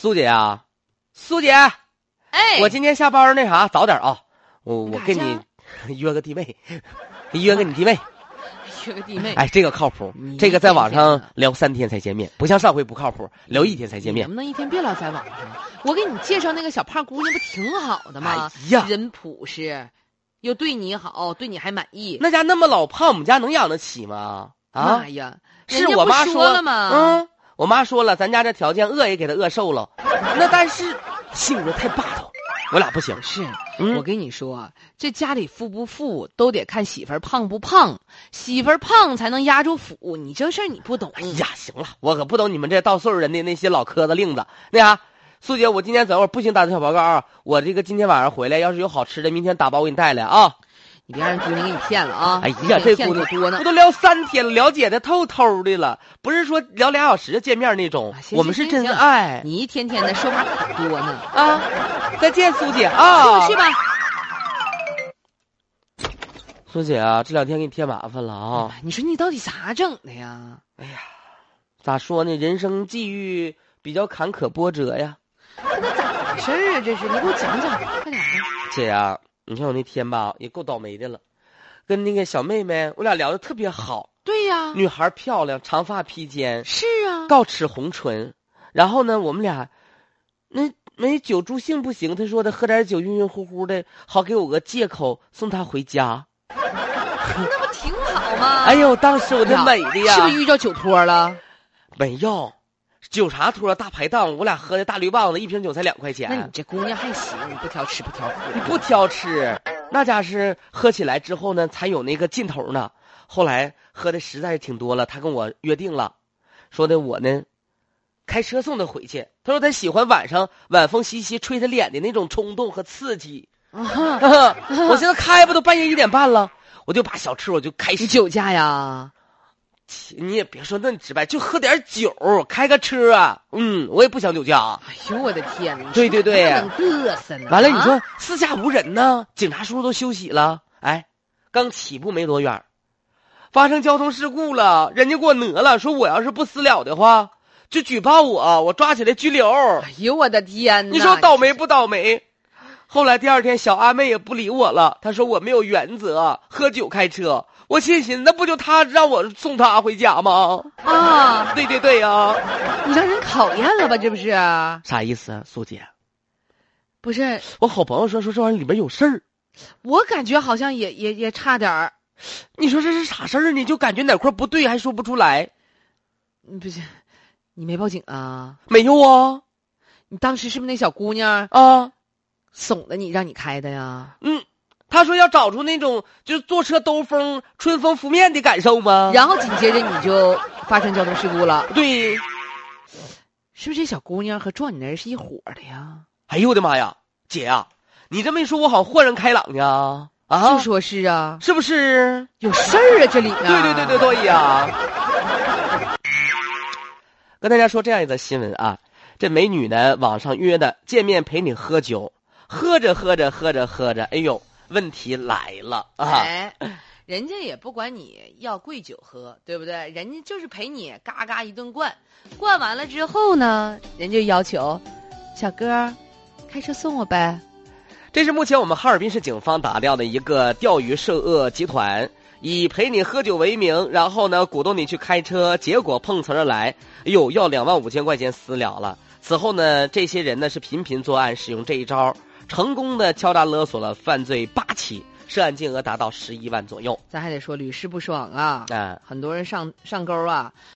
苏姐啊，苏姐， 哎， 我今天下班那啥早点啊，我跟你约个弟妹，约个你弟妹， 约个弟妹。 哎，这个靠谱，这个在网上聊3天才见面，不像上回不靠谱，聊1天才见面。 能不能一天别老在网上？我给你介绍那个小胖姑娘不挺好的吗？ 哎呀， 人朴实，又对你好，对你还满意。 那家那么老胖，我们家能养得起吗？啊， 妈呀， 是我妈说了吗？ 我妈说了，咱家这条件饿也给她饿瘦了。那但是性格太霸道，我俩不行。 是，我跟你说，这家里富不富都得看媳妇儿胖不胖，媳妇儿胖才能压住腹。你这事儿你不懂。 哎呀，行了，我可不懂你们这到岁数人的那些老磕子令子。那啥，苏姐，我今天走会儿不行打这小报告啊。我这个今天晚上回来，要是有好吃的，明天打包给你带来啊。 你别让姑娘给你骗了啊！ 哎呀，这姑娘多呢， 不都聊3天了，了解的透透的了，不是说聊2小时见面那种。我们是真爱。 你一天天的说话可多呢啊！再见，苏姐啊！ 去吧。 苏姐啊，这2天给你添麻烦了啊！ 你说你到底咋整的呀？ 哎呀，咋说呢？人生际遇比较坎坷波折呀。 那咋回事啊？这是你给我讲讲，快点的。 姐呀，你看我那天吧，也够倒霉的了，跟那个小妹妹，我俩聊得特别好。 对呀， 女孩漂亮，长发披肩， 是啊， 高齿红唇。然后呢，我们俩那没酒助兴不行，她说的喝点酒晕晕乎乎的，好给我个借口送她回家。 那不挺好吗？ 哎呦，当时我这美的呀， 是不是遇着酒托了？ 没有，酒茶托大排档，我俩喝的大绿棒子，1瓶酒才2块钱。 那你这姑娘还行，不挑吃不挑喝。 你不挑吃，那家是喝起来之后呢，才有那个劲头呢。后来喝的实在是挺多了，他跟我约定了，说的我呢，开车送他回去。他说他喜欢晚上晚风习习吹他脸的那种冲动和刺激。我现在开吧，都半夜1点半了，我就把小车我就开始。 你酒驾呀？ 你也别说那直白，就喝点酒，开个车啊。我也不想酒驾。 哎呦我的天哪！ 对对对， 能嘚瑟呢。 完了，你说四下无人呢，警察叔叔都休息了。哎，刚起步没多远，发生交通事故了，人家给我讹了，说我要是不私了的话，就举报我抓起来拘留。 哎呦我的天哪！ 你说倒霉不倒霉？后来第2天，小阿妹也不理我了，她说我没有原则，喝酒开车。我心寻，那不就他让我送他回家吗？ 啊， 对对对呀！ 你让人考验了吧？这不是啥意思啊，苏姐？ 不是， 我好朋友说这玩意儿里边有事儿， 我感觉好像也差点儿。 你说这是啥事儿呢？就感觉哪块不对，还说不出来。 不是，你没报警啊？ 没有啊。 你当时是不是那小姑娘啊怂的你让你开的呀？ 他说要找出那种就是坐车兜风、春风拂面的感受吗？ 然后紧接着你就发生交通事故了。 对， 是不是这小姑娘和撞你那人是一伙的呀？ 哎呦我的妈呀，姐呀，你这么一说，我好像豁然开朗呢。啊， 就说是啊， 是不是有事儿啊？这里面对呀。跟大家说这样一则新闻啊，这美女呢网上约的见面陪你喝酒，喝着，哎呦。问题来了啊！ 哎，人家也不管你要贵酒喝，对不对？人家就是陪你嘎嘎一顿灌，灌完了之后呢，人家要求小哥开车送我呗。 这是目前我们哈尔滨市警方打掉的一个钓鱼涉恶集团，以陪你喝酒为名，然后呢鼓动你去开车，结果碰瓷而来，哎呦，要25000块钱私了了。此后呢，这些人呢是频频作案，使用这一招。成功的敲诈勒索了犯罪8起，涉案金额达到11万左右。 咱还得说屡试不爽啊！很多人上钩啊。